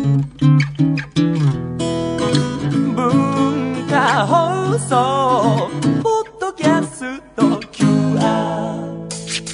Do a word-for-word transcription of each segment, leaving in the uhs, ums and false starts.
文化放送ポッドキャスト キューアール。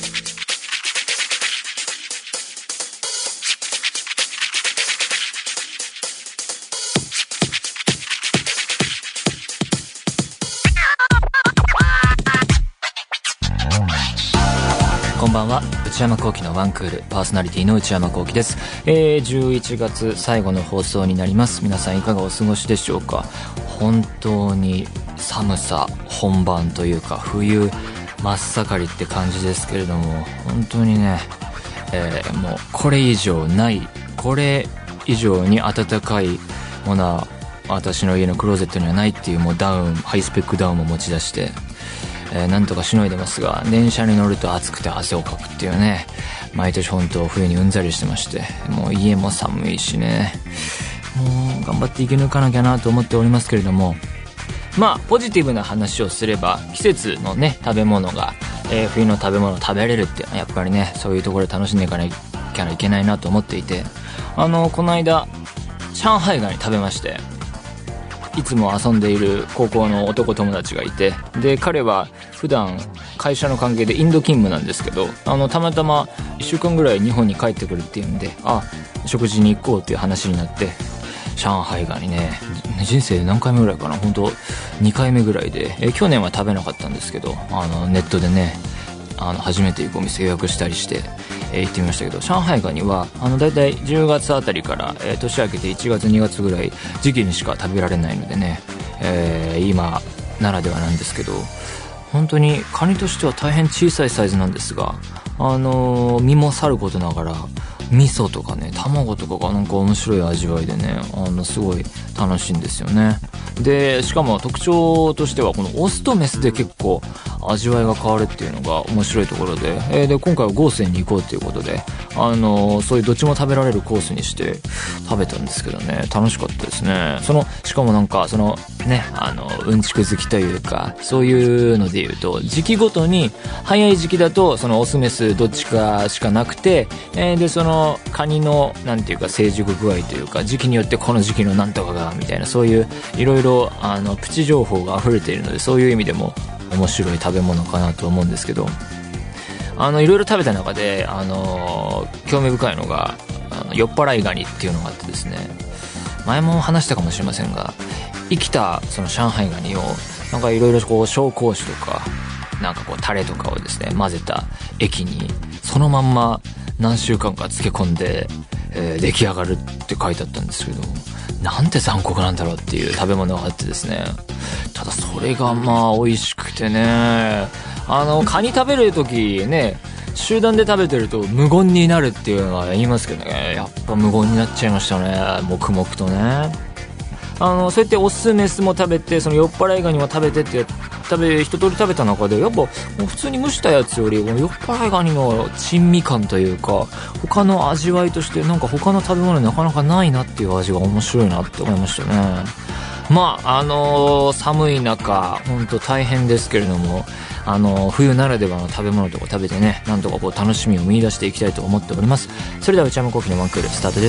こんばんは、内山聖輝のワンクールパーソナリティの内山聖輝です。えー、じゅういちがつ最後の放送になります。皆さんいかがお過ごしでしょうか。本当に寒さ本番というか冬真っ盛りって感じですけれども、本当にね、えー、もうこれ以上ないこれ以上に暖かいものは私の家のクローゼットにはないっていう、もうダウンハイスペックダウンも持ち出してえー、なんとかしのいでますが、電車に乗ると暑くて汗をかくっていうね、毎年本当冬にうんざりしてまして、もう家も寒いしね、もう頑張って生き抜かなきゃなと思っておりますけれども、まあポジティブな話をすれば、季節のね食べ物が、えー、冬の食べ物を食べれるってやっぱりね、そういうところで楽しんでいかなきゃいけないなと思っていて、あのこの間上海ガニ食べまして、いつも遊んでいる高校の男友達がいて、で彼は普段会社の関係でインド勤務なんですけど、あのたまたまいっしゅうかんぐらい日本に帰ってくるっていうんで、あ食事に行こうっていう話になって、上海ガニね、人生で何回目ぐらいかな、本当にかいめぐらいで、え去年は食べなかったんですけど、あのネットでね、あの初めて行くお店予約したりして、えー、行ってみましたけど、上海ガニはあのだいたいじゅうがつあたりから、えー、年明けていちがつにがつぐらい時期にしか食べられないのでね、えー、今ならではなんですけど、本当にカニとしては大変小さいサイズなんですが、あのー、身もさることながら味噌とかね卵とかがなんか面白い味わいでね、あのすごい楽しいんですよね。でしかも特徴としてはこのオスとメスで結構味わいが変わるっていうのが面白いところで、えー、で今回は豪勢に行こうということで、あのー、そういうどっちも食べられるコースにして食べたんですけどね、楽しかったですね。そのしかもなんかそのね、あのうんちく好きというか、そういうので言うと時期ごとに、早い時期だとそのオスメスどっちかしかなくて、えー、でそのカニのなんていうか成熟具合というか、時期によってこの時期のなんとかがみたいな、そういういろいろあのプチ情報が溢れているので、そういう意味でも面白い食べ物かなと思うんですけど、あのいろいろ食べた中で、あの興味深いのがあの酔っ払いガニっていうのがあってですね、前も話したかもしれませんが、生きたその上海ガニをなんかいろいろこう紹興酒とかなんかこうタレとかをですね混ぜた液にそのまんま何週間か漬け込んで、えー、出来上がるって書いてあったんですけど、なんて残酷なんだろうっていう食べ物があってですね、ただそれがまあ美味しくてね、あのカニ食べる時ね、集団で食べてると無言になるっていうのは言いますけどね、やっぱ無言になっちゃいましたね、黙々とね。あのそうやってオスメスも食べて、その酔っ払いガニも食べてって食べ一通り食べた中で、やっぱもう普通に蒸したやつより酔っ払いガニの珍味感というか、他の味わいとしてなんか他の食べ物になかなかないなっていう味が面白いなって思いましたね。まああのー、寒い中本当大変ですけれども、あのー、冬ならではの食べ物とか食べてね、なんとかこう楽しみを見出していきたいと思っております。それでは内山聖輝のワンクールスタートです。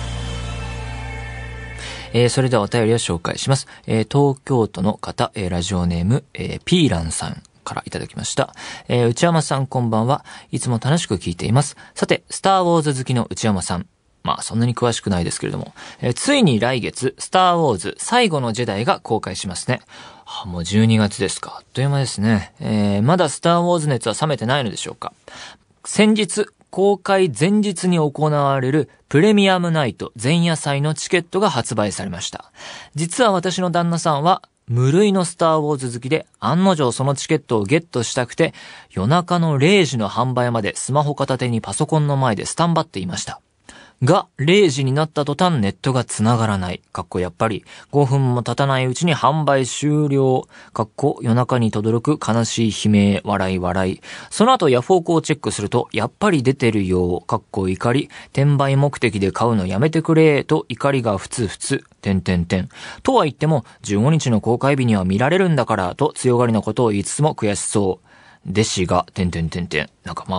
えー、それではお便りを紹介します。えー、東京都の方、えー、ラジオネーム、えー、ピーランさんからいただきました。えー、内山さんこんばんは。いつも楽しく聞いています。さて、スターウォーズ好きの内山さん。まあそんなに詳しくないですけれども、えー、ついに来月、スターウォーズ最後のジェダイが公開しますね。はあ、もうじゅうにがつですか。あっという間ですね。えー、まだスターウォーズ熱は冷めてないのでしょうか。先日、公開前日に行われるプレミアムナイト前夜祭のチケットが発売されました。実は私の旦那さんは無類のスターウォーズ好きで、案の定そのチケットをゲットしたくて、夜中のれいじの販売までスマホ片手にパソコンの前でスタンバっていました。が、れいじになった途端ネットが繋がらない。かっこやっぱり、ごふんも経たないうちに販売終了。かっこ夜中に轟く悲しい悲鳴、笑い笑い。その後ヤフオクをチェックすると、やっぱり出てるよ。かっこ怒り。転売目的で買うのやめてくれ。と怒りがふつふつ。てんてんてん。とは言っても、じゅうごにちの公開日には見られるんだから、と強がりのことを言いつつも悔しそう。弟子が、てんてんてんてん。なんかまあ、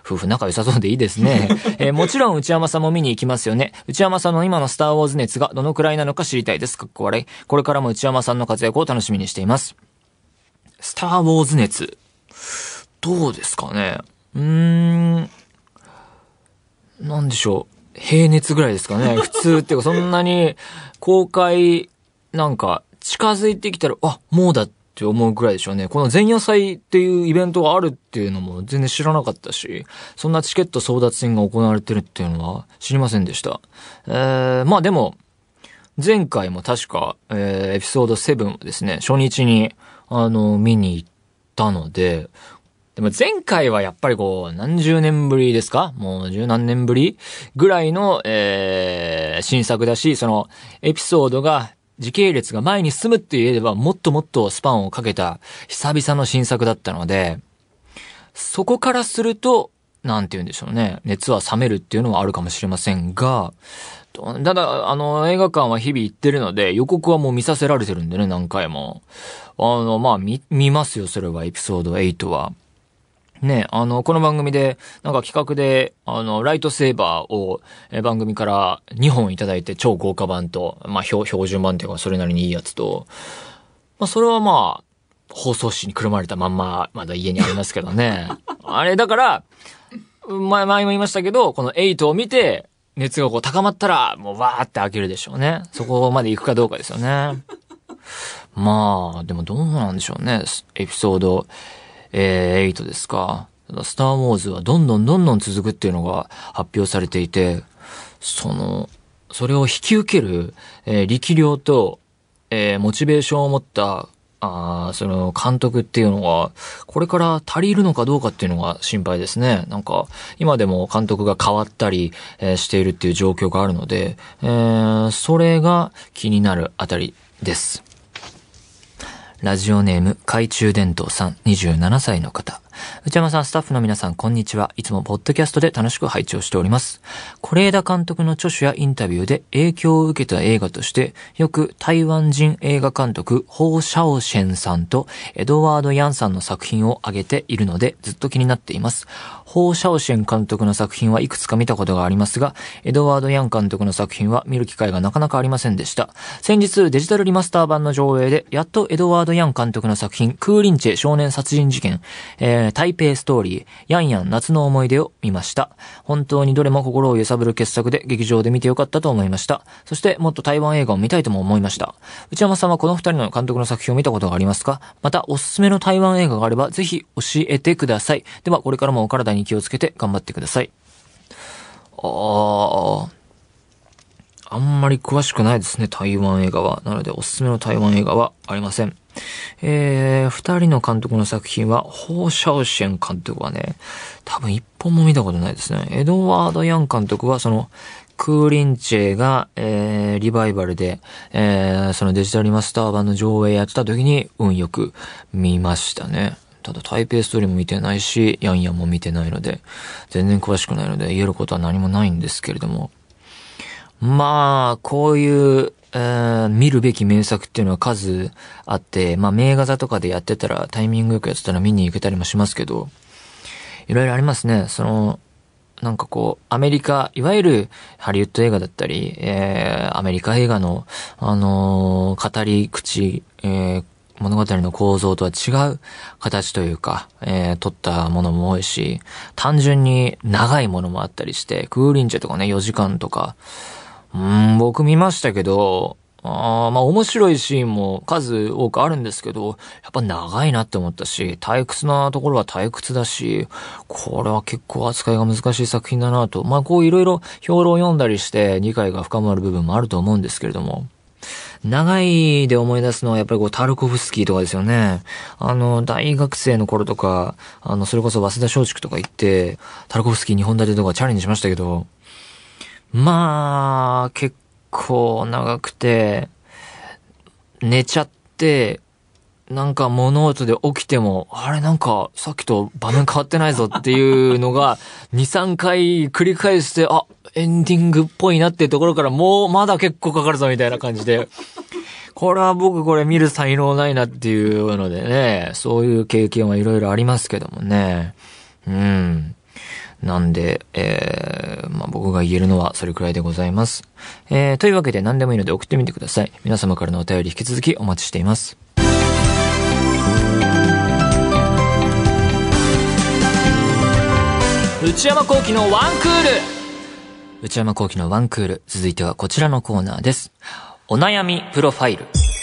夫婦仲良さそうでいいですね。えー、もちろん内山さんも見に行きますよね。内山さんの今のスターウォーズ熱がどのくらいなのか知りたいです。かっこ笑い。これからも内山さんの活躍を楽しみにしています。スターウォーズ熱。どうですかね。うーん。なんでしょう。平熱ぐらいですかね。普通っていうかそんなに公開なんか近づいてきたら、あ、もうだって思うぐらいでしょうね。この前夜祭っていうイベントがあるっていうのも全然知らなかったし、そんなチケット争奪戦が行われてるっていうのは知りませんでした。えー、まあでも、前回も確か、えー、エピソードセブンをですね、初日に、あの、見に行ったので、でも前回はやっぱりこう、何十年ぶりですか？もう十何年ぶりぐらいの、えー、新作だし、その、エピソードが、時系列が前に進むって言えば、もっともっとスパンをかけた、久々の新作だったので、そこからすると、なんて言うんでしょうね。熱は冷めるっていうのはあるかもしれませんが、ただ、あの、映画館は日々行ってるので、予告はもう見させられてるんでね、何回も。あの、まあ、見、見ますよ、それは、エピソードエイトは。ね、あの、この番組で、なんか企画で、あの、ライトセーバーを、え、番組からにほんいただいて、超豪華版と、まあ、標、標準版っていうか、それなりにいいやつと、まあ、それはまあ、放送紙にくるまれたまんま、まだ家にありますけどね。あれ、だから、前、前も言いましたけど、このエイトを見て、熱がこう高まったら、もうわーって開けるでしょうね。そこまで行くかどうかですよね。まあ、でもどうなんでしょうね。エピソード、えー、エイトですか。スターウォーズはどんどんどんどん続くっていうのが発表されていて、その、それを引き受ける、えー、力量と、えー、モチベーションを持った、あその監督っていうのが、これから足りるのかどうかっていうのが心配ですね。なんか、今でも監督が変わったり、えー、しているっていう状況があるので、えー、それが気になるあたりです。ラジオネーム、懐中電灯さん、にじゅうななさいの方。内山さん、スタッフの皆さん、こんにちは。いつもポッドキャストで楽しく拝聴しております。是枝監督の著書やインタビューで影響を受けた映画として、よく台湾人映画監督、ホウ・シャオシェンさんとエドワード・ヤンさんの作品を挙げているので、ずっと気になっています。ホウ・シャオシェン監督の作品はいくつか見たことがありますが、エドワード・ヤン監督の作品は見る機会がなかなかありませんでした。先日、デジタルリマスター版の上映で、やっとエドワード・ヤン監督の作品、クーリンチェ少年殺人事件、えー、台北ストーリー、ヤンヤン夏の思い出を見ました。本当にどれも心を揺さぶる傑作で劇場で見てよかったと思いました。そしてもっと台湾映画を見たいとも思いました。内山さんはこの二人の監督の作品を見たことがありますか？またおすすめの台湾映画があればぜひ教えてください。ではこれからもお体に気をつけて頑張ってください。あー、あんまり詳しくないですね、台湾映画は。なのでおすすめの台湾映画はありません。えー、二人の監督の作品は、ホウ・シャオシェン監督はね、多分一本も見たことないですね。エドワード・ヤン監督は、その、クーリンチェが、えー、リバイバルで、えー、そのデジタルリマスター版の上映やってた時に、運よく見ましたね。ただ、台北ストーリーも見てないし、ヤンヤンも見てないので、全然詳しくないので、言えることは何もないんですけれども。まあ、こういう、えー、見るべき名作っていうのは数あって、まあ名画座とかでやってたらタイミングよくやってたら見に行けたりもしますけど、いろいろありますね。その、なんかこう、アメリカ、いわゆるハリウッド映画だったり、えー、アメリカ映画の、あのー、語り口、えー、物語の構造とは違う形というか、えー、撮ったものも多いし、単純に長いものもあったりして、クーリンチェとかね、よじかんとか、うーん、僕見ましたけど、あまあ面白いシーンも数多くあるんですけど、やっぱ長いなって思ったし、退屈なところは退屈だし、これは結構扱いが難しい作品だなと。まあこういろいろ評論を読んだりして理解が深まる部分もあると思うんですけれども、長いで思い出すのはやっぱりこうタルコフスキーとかですよね。あの、大学生の頃とか、あの、それこそ早稲田松竹とか行って、タルコフスキーにほん立てとかチャレンジしましたけど、まあ、結構長くて、寝ちゃって、なんか物音で起きても、あれなんかさっきと場面変わってないぞっていうのがに、さんかい繰り返して、あ、エンディングっぽいなっていうところからもうまだ結構かかるぞみたいな感じで、これは僕これ見る才能ないなっていうのでね、そういう経験はいろいろありますけどもね。うん。 なんで、えー、まあ、僕が言えるのはそれくらいでございます。えー、というわけで何でもいいので送ってみてください。皆様からのお便り引き続きお待ちしています。内山聖輝のワンクール。内山聖輝のワンクール。続いてはこちらのコーナーです。お悩みプロファイル。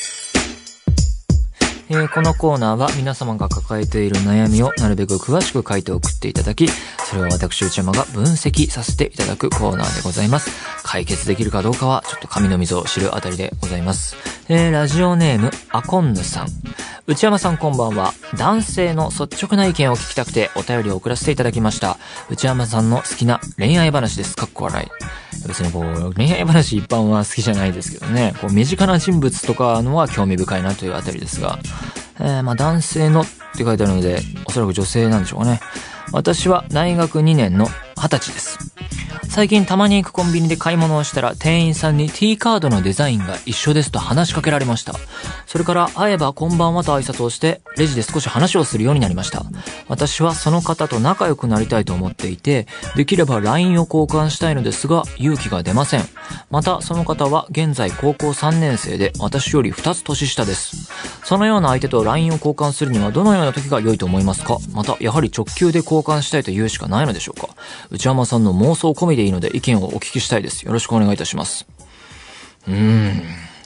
えー、このコーナーは皆様が抱えている悩みをなるべく詳しく書いて送っていただき、それを私内山が分析させていただくコーナーでございます。解決できるかどうかはちょっと神の溝を知るあたりでございます。えー、ラジオネームアコンヌさん。内山さんこんばんは。男性の率直な意見を聞きたくてお便りを送らせていただきました。内山さんの好きな恋愛話です。かっこ笑い。別にこう恋愛話一般は好きじゃないですけどね、こう身近な人物とかのは興味深いなというあたりですが、えー、まあ男性のって書いてあるのでおそらく女性なんでしょうかね。私は大学にねんのはたちです。最近たまに行くコンビニで買い物をしたら店員さんに T カードのデザインが一緒ですと話しかけられました。それから会えばこんばんはと挨拶をしてレジで少し話をするようになりました。私はその方と仲良くなりたいと思っていて、できれば ライン を交換したいのですが勇気が出ません。またその方は現在高校さんねん生で私よりふたつ年下です。そのような相手と ライン を交換するにはどのような時が良いと思いますか？またやはり直球で交換したいと言うしかないのでしょうか？内山さんの妄想込みでいいので意見をお聞きしたいです。よろしくお願いいたします。うーん。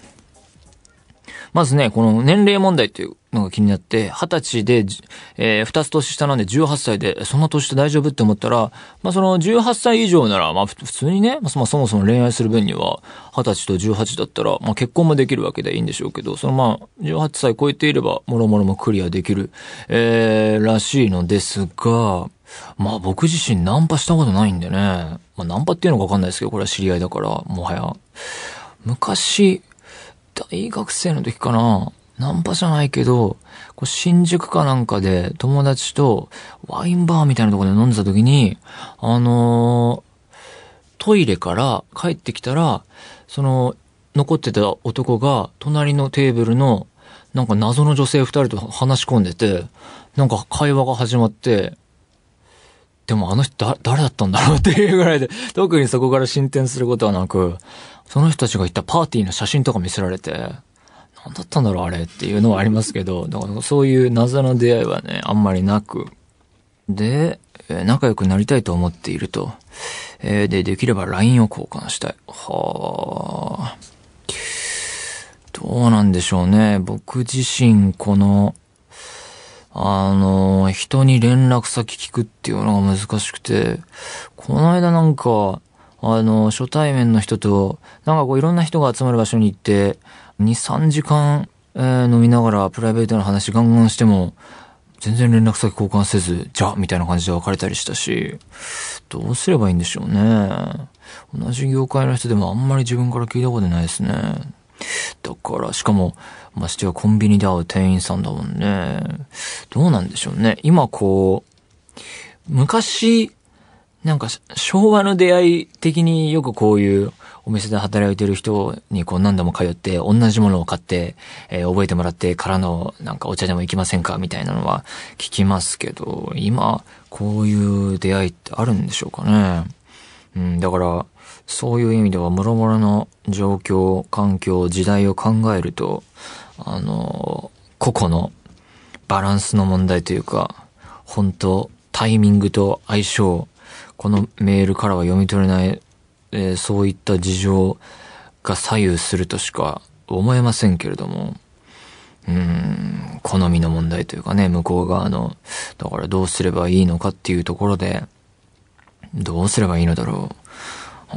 まずね、この年齢問題っていうのが気になって、はたちで、えー、ふたつ年下なんでじゅうはっさいで、そんな年して大丈夫って思ったら、まあそのじゅうはっさい以上なら、まあ普通にね、まあそもそも恋愛する分には、はたちとじゅうはちだったら、まあ結婚もできるわけでいいんでしょうけど、そのまあ、じゅうはっさい超えていれば、もろもろもクリアできる、えー、らしいのですが、まあ僕自身ナンパしたことないんでね、まあナンパっていうのかわかんないですけど、これは知り合いだから、もはや。昔、大学生の時かな、ナンパじゃないけど、こう新宿かなんかで友達とワインバーみたいなところで飲んでた時に、あのー、トイレから帰ってきたら、その、残ってた男が隣のテーブルの、なんか謎の女性二人と話し込んでて、なんか会話が始まって、でもあの人だ、誰だったんだろうっていうぐらいで、特にそこから進展することはなく、その人たちが行ったパーティーの写真とか見せられて、何だったんだろうあれっていうのはありますけど、だからそういう謎の出会いはね、あんまりなく。で、えー、仲良くなりたいと思っていると。えー、で、できれば ライン を交換したい。はぁ。どうなんでしょうね。僕自身この、あの、人に連絡先聞くっていうのが難しくて、この間なんか、あの、初対面の人と、なんかこういろんな人が集まる場所に行って、に、さんじかん、えー、飲みながらプライベートな話ガンガンしても、全然連絡先交換せず、じゃあみたいな感じで別れたりしたし、どうすればいいんでしょうね。同じ業界の人でもあんまり自分から聞いたことないですね。だから、しかも、ましてはコンビニで会う店員さんだもんね。どうなんでしょうね。今こう、昔、なんか昭和の出会い的によくこういうお店で働いてる人にこう何度も通って同じものを買って、えー、覚えてもらってからのなんかお茶でも行きませんかみたいなのは聞きますけど、今こういう出会いってあるんでしょうかね。うん、だからそういう意味では諸々の状況、環境、時代を考えると、あの、個々のバランスの問題というか、本当タイミングと相性、このメールからは読み取れない、えー、そういった事情が左右するとしか思えませんけれども、うーん、好みの問題というかね、向こう側の、だからどうすればいいのかっていうところで、どうすればいいのだろう。う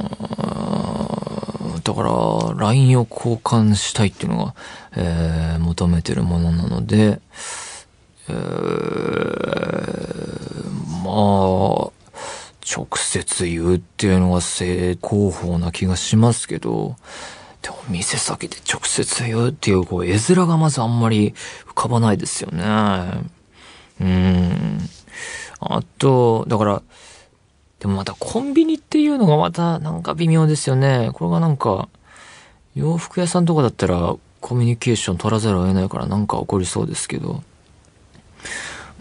ーん、だから、ライン を交換したいっていうのが、えー、求めてるものなので、えー、まあ、直接言うっていうのが正攻法な気がしますけど、でも店先で直接言うっていうこう絵面がまずあんまり浮かばないですよね。うーん。あと、だから、でもまたコンビニっていうのがまたなんか微妙ですよね。これがなんか、洋服屋さんとかだったらコミュニケーション取らざるを得ないからなんか起こりそうですけど、う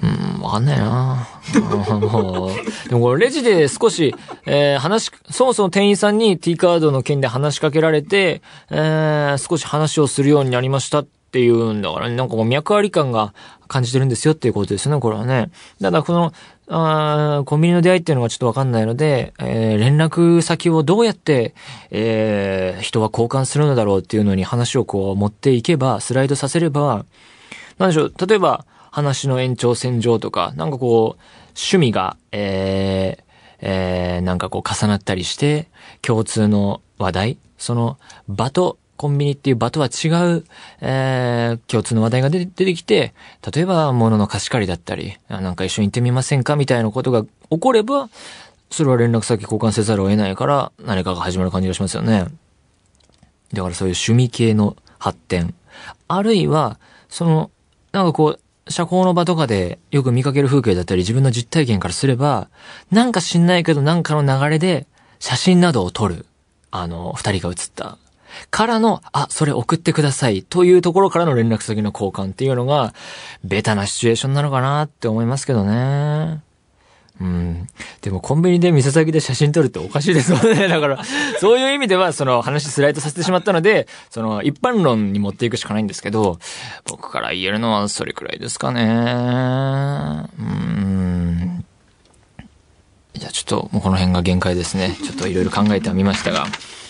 うん、わかんないなもうでもこれレジで少し、えー、話し、そもそも店員さんに T カードの件で話しかけられて、えー、少し話をするようになりましたっていうんだから、ね、なんかこう脈あり感が感じてるんですよっていうことですよね、これはね。ただこの、あコンビニの出会いっていうのがちょっとわかんないので、えー、連絡先をどうやって、えー、人は交換するのだろうっていうのに話をこう持っていけば、スライドさせれば、なんでしょう、例えば、話の延長線上とか、なんかこう、趣味が、えー、えー、なんかこう重なったりして、共通の話題、その場と、コンビニっていう場とは違う、えー、共通の話題が出てきて、例えば物の貸し借りだったり、なんか一緒に行ってみませんかみたいなことが起これば、それは連絡先交換せざるを得ないから、何かが始まる感じがしますよね。だからそういう趣味系の発展。あるいは、その、なんかこう、社交の場とかでよく見かける風景だったり自分の実体験からすれば、なんか知んないけどなんかの流れで写真などを撮る。あの、二人が写った。からの、あ、それ送ってくださいというところからの連絡先の交換っていうのが、ベタなシチュエーションなのかなって思いますけどね。うん。でもコンビニで店先で写真撮るっておかしいですもんね。だから、そういう意味では、その話スライドさせてしまったので、その一般論に持っていくしかないんですけど、僕から言えるのはそれくらいですかね。うーん。じゃあちょっともうこの辺が限界ですね。ちょっといろいろ考えてはみましたが。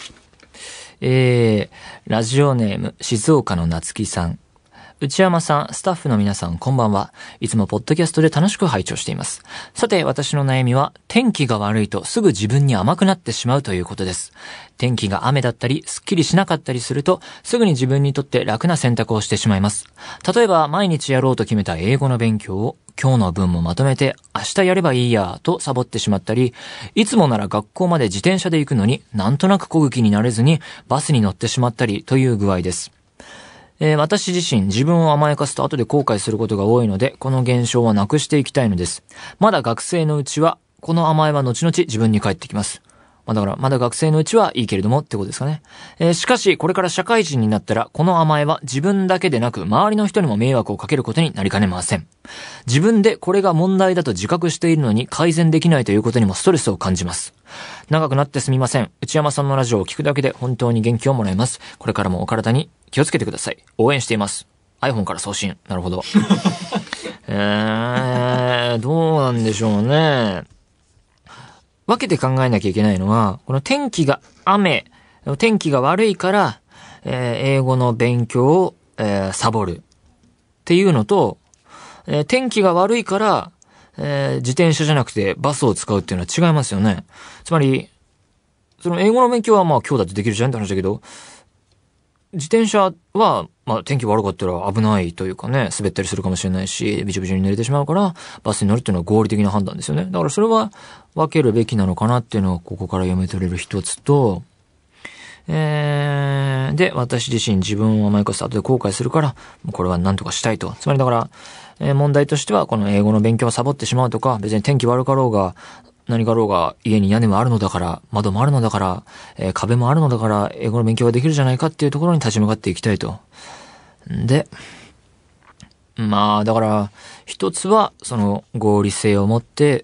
えー、ラジオネーム、静岡の夏木さん。内山さん、スタッフの皆さん、こんばんは。いつもポッドキャストで楽しく拝聴しています。さて、私の悩みは、天気が悪いとすぐ自分に甘くなってしまうということです。天気が雨だったり、すっきりしなかったりすると、すぐに自分にとって楽な選択をしてしまいます。例えば、毎日やろうと決めた英語の勉強を、今日の分もまとめて、明日やればいいや、とサボってしまったり、いつもなら学校まで自転車で行くのに、なんとなく漕ぐ気になれずに、バスに乗ってしまったり、という具合です。えー、私自身自分を甘やかすと後で後悔することが多いので、この現象はなくしていきたいのです。まだ学生のうちは、この甘えは後々自分に返ってきます。まあだから、まだ学生のうちはいいけれどもってことですかね。えー、しかし、これから社会人になったら、この甘えは自分だけでなく、周りの人にも迷惑をかけることになりかねません。自分でこれが問題だと自覚しているのに改善できないということにもストレスを感じます。長くなってすみません。内山さんのラジオを聞くだけで本当に元気をもらえます。これからもお体に気をつけてください。応援しています。iPhone から送信。なるほど。えー、どうなんでしょうね。分けて考えなきゃいけないのは、この天気が雨、天気が悪いから、えー、英語の勉強を、えー、サボるっていうのと、えー、天気が悪いから、えー、自転車じゃなくてバスを使うっていうのは違いますよね。つまり、その英語の勉強はまあ今日だってできるじゃんって話だけど、自転車は、まあ天気悪かったら危ないというかね、滑ったりするかもしれないし、びちょびちょに濡れてしまうから、バスに乗るっていうのは合理的な判断ですよね。だからそれは分けるべきなのかなっていうのがここから読め取れる一つと、えー、で、私自身自分を甘やかすと後で後悔するから、これは何とかしたいと。つまりだから、えー、問題としてはこの英語の勉強をサボってしまうとか、別に天気悪かろうが、何かろうが家に屋根もあるのだから、窓もあるのだから、えー、壁もあるのだから、英語の勉強ができるじゃないかっていうところに立ち向かっていきたいと。で、まあ、だから、一つは、その合理性を持って、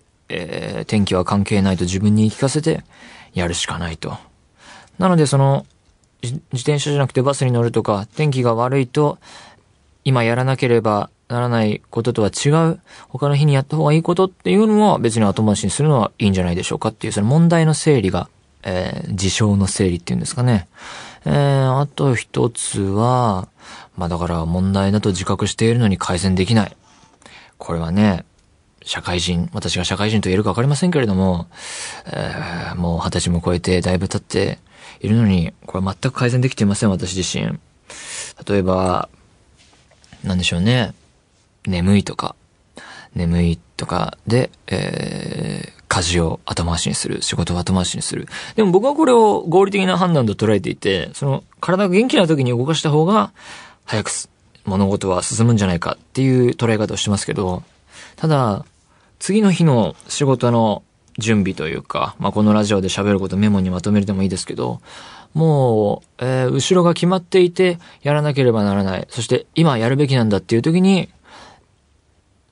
えー、天気は関係ないと自分に言い聞かせて、やるしかないと。なので、その、自転車じゃなくてバスに乗るとか、天気が悪いと、今やらなければならないこととは違う、他の日にやった方がいいことっていうのは別に後回しにするのはいいんじゃないでしょうかっていう、その問題の整理が、えー、事象の整理っていうんですかね。えー、あと一つは、まあだから問題だと自覚しているのに改善できない。これはね、社会人、私が社会人と言えるか分かりませんけれども、えー、もう二十歳も超えてだいぶ経っているのに、これは全く改善できていません、私自身。例えば、なんでしょうね。眠いとか、眠いとかで、えー、家事を後回しにする、仕事を後回しにする。でも僕はこれを合理的な判断と捉えていて、その体が元気な時に動かした方が、早く物事は進むんじゃないかっていう捉え方をしてますけど、ただ、次の日の仕事の準備というか、まあ、このラジオで喋ることメモにまとめるでもいいですけど、もう、えー、後ろが決まっていて、やらなければならない。そして、今やるべきなんだっていう時に、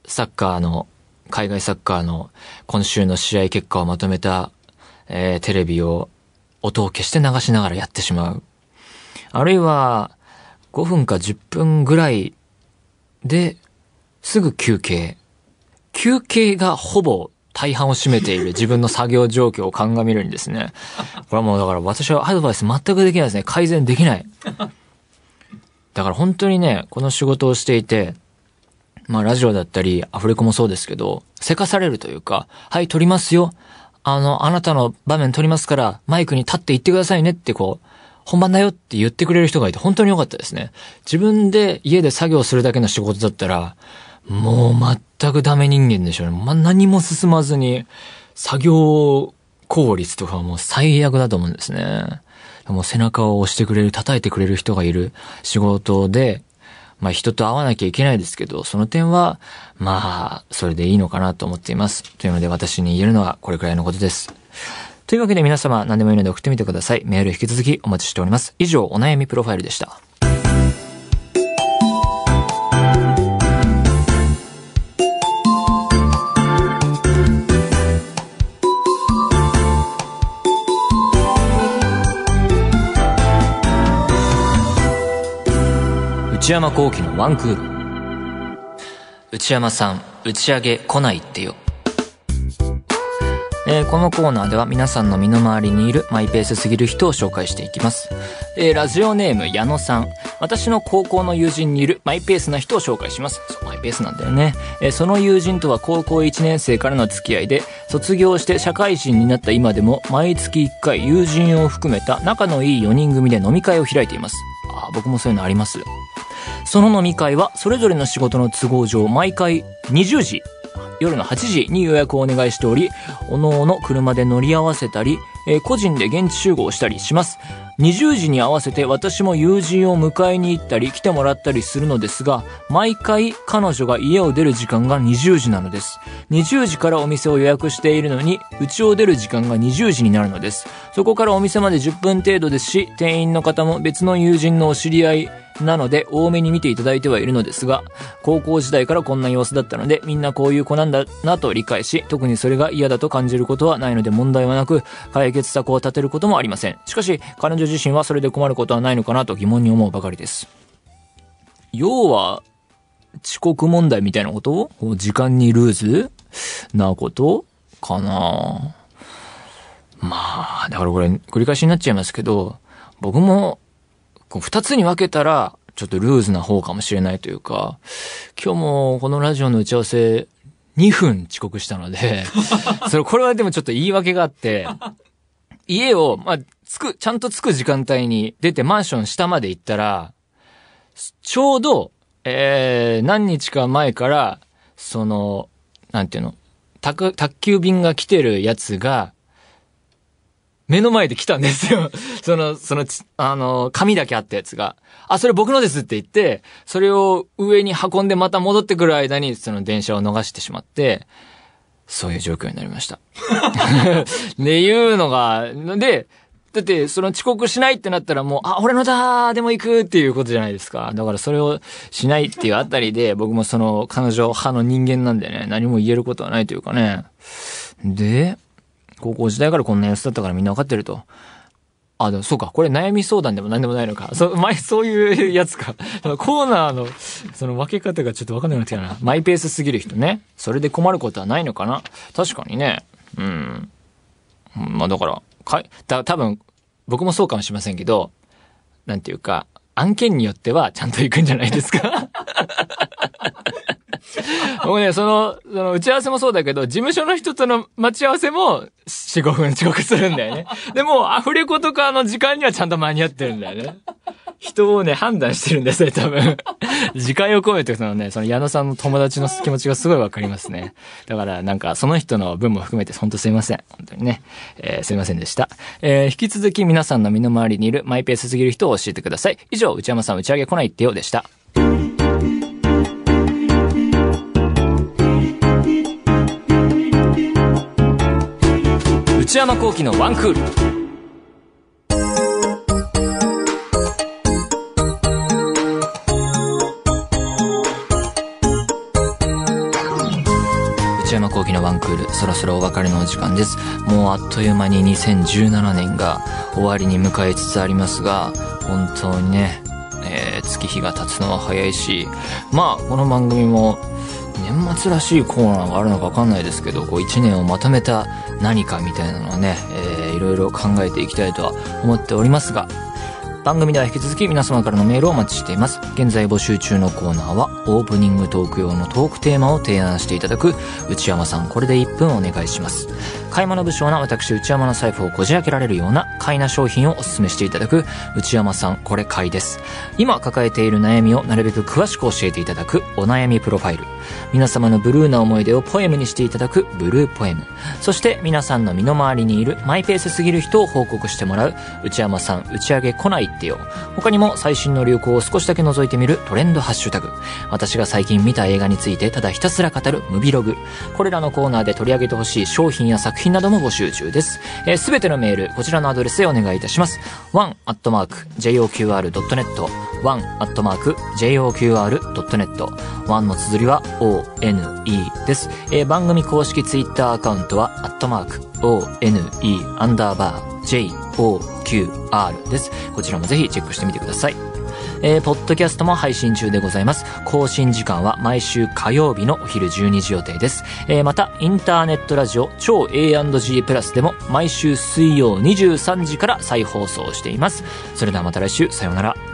サッカーの、海外サッカーの今週の試合結果をまとめた、えー、テレビを音を消して流しながらやってしまう。あるいはごふんかじゅっぷんぐらいですぐ休憩。休憩がほぼ大半を占めている自分の作業状況を鑑みるにですね。これはもうだから私はアドバイス全くできないですね。改善できない。だから本当にね、この仕事をしていて、まあラジオだったりアフレコもそうですけど、せかされるというか、はい撮りますよ。あの、あなたの場面撮りますからマイクに立って言ってくださいねってこう、本番だよって言ってくれる人がいて本当に良かったですね。自分で家で作業するだけの仕事だったら、もう全くダメ人間でしょうね。まあ、何も進まずに、作業効率とかはもう最悪だと思うんですね。もう背中を押してくれる、叩いてくれる人がいる仕事で、まあ人と会わなきゃいけないですけど、その点は、まあ、それでいいのかなと思っています。というので私に言えるのはこれくらいのことです。というわけで皆様何でもいいので送ってみてください。メール引き続きお待ちしております。以上、お悩みプロファイルでした。内山聖輝のワンクール。内山さん、打ち上げ来ないってよ。えー、このコーナーでは皆さんの身の回りにいるマイペースすぎる人を紹介していきます。えー、ラジオネーム矢野さん。私の高校の友人にいるマイペースな人を紹介します。そう、マイペースなんだよね。えー、その友人とは高校いちねん生からの付き合いで、卒業して社会人になった今でも毎月いっかい友人を含めた仲のいいよにん組で飲み会を開いています。あ、僕もそういうのあります。その飲み会はそれぞれの仕事の都合上毎回にじゅうじ、夜のはちじに予約をお願いしており、おのおの車で乗り合わせたり、えー、個人で現地集合したりします。にじゅうじに合わせて私も友人を迎えに行ったり来てもらったりするのですが、毎回彼女が家を出る時間がにじゅうじなのです。にじゅうじからお店を予約しているのに、家を出る時間がにじゅうじになるのです。そこからお店までじゅっぷん程度ですし、店員の方も別の友人のお知り合いなので多めに見ていただいてはいるのですが、高校時代からこんな様子だったのでみんなこういう子なんだなと理解し、特にそれが嫌だと感じることはないので問題はなく、解決策を立てることもありません。しかし彼女自身はそれで困ることはないのかなと疑問に思うばかりです。要は遅刻問題みたいなこと？時間にルーズなことかな。まあだからこれ繰り返しになっちゃいますけど、僕も二つに分けたらちょっとルーズな方かもしれないというか、今日もこのラジオの打ち合わせにふん遅刻したのでそれこれはでもちょっと言い訳があって、家をまあ着くちゃんと着く時間帯に出てマンション下まで行ったら、ちょうどえー何日か前からそのなんていうの宅宅急便が来てるやつが目の前で来たんですよ。その、その、あの、紙だけあったやつが。あ、それ僕のですって言って、それを上に運んでまた戻ってくる間に、その電車を逃してしまって、そういう状況になりました。っていうのが、で、だって、その遅刻しないってなったらもう、あ、俺のだーでも行くっていうことじゃないですか。だからそれをしないっていうあたりで、僕もその、彼女派の人間なんでね、何も言えることはないというかね。で、高校時代からこんな様子だったからみんな分かってると。あ、でもそうか。これ悩み相談でも何でもないのか。そ、前そういうやつか。コーナーの、その分け方がちょっと分かんなくなってきたな。マイペースすぎる人ね。それで困ることはないのかな。確かにね。うん。まあだから、かい、た、多分、僕もそうかもしれませんけど、なんていうか、案件によってはちゃんと行くんじゃないですか。僕ね、その、その打ち合わせもそうだけど、事務所の人との待ち合わせもよん、ごふん遅刻するんだよね。でも、アフレコとかの時間にはちゃんと間に合ってるんだよね。人をね、判断してるんですね、多分。自戒を込めてそのね、その矢野さんの友達の気持ちがすごいわかりますね。だからなんか、その人の分も含めて本当すいません。本当にね。えー、すいませんでした。えー、引き続き皆さんの身の回りにいるマイペースすぎる人を教えてください。以上、内山さん打ち上げ来ないってよでした。内山聖輝のワンクール。 のワンクール、そろそろお別れのお時間です。もうあっという間ににせんじゅうななねんが終わりに向かいつつありますが、本当にね、えー、月日が経つのは早いし、まあこの番組も年末らしいコーナーがあるのか分かんないですけど、こういちねんをまとめた何かみたいなのをね、えー、いろいろ考えていきたいとは思っておりますが、番組では引き続き皆様からのメールをお待ちしています。現在募集中のコーナーはオープニングトーク用のトークテーマを提案していただく内山さん、これでいっぷんお願いします。買い物不詳な私内山の財布をこじ開けられるような買いな商品をお勧めしていただく内山さん、これ買いです。今抱えている悩みをなるべく詳しく教えていただくお悩みプロファイル、皆様のブルーな思い出をポエムにしていただくブルーポエム、そして皆さんの身の回りにいるマイペースすぎる人を報告してもらう内山さん打ち上げ来ないってよ。他にも最新の流行を少しだけ覗いてみるトレンドハッシュタグ、私が最近見た映画についてただひたすら語るムビログ、これらのコーナーで取り上げてほしい商品や作品なども募集中です。えー、すべてのメールこちらのアドレスへお願いいたします。ワン アットマーク ジェイオーキューアール ドットネット ワン アットマーク ジェイオーキューアール ドットネット ワンの綴りは オーエヌイー です。えー、番組公式ツイッターアカウントはアットマーク オーエヌイー アンダーバー ジェイオーキューアール です。こちらもぜひチェックしてみてください。えー、ポッドキャストも配信中でございます。更新時間は毎週火曜日のお昼じゅうにじ予定です。えー、またインターネットラジオ超 エーアンドジー プラスでも毎週水曜にじゅうさんじから再放送しています。それではまた来週、さようなら。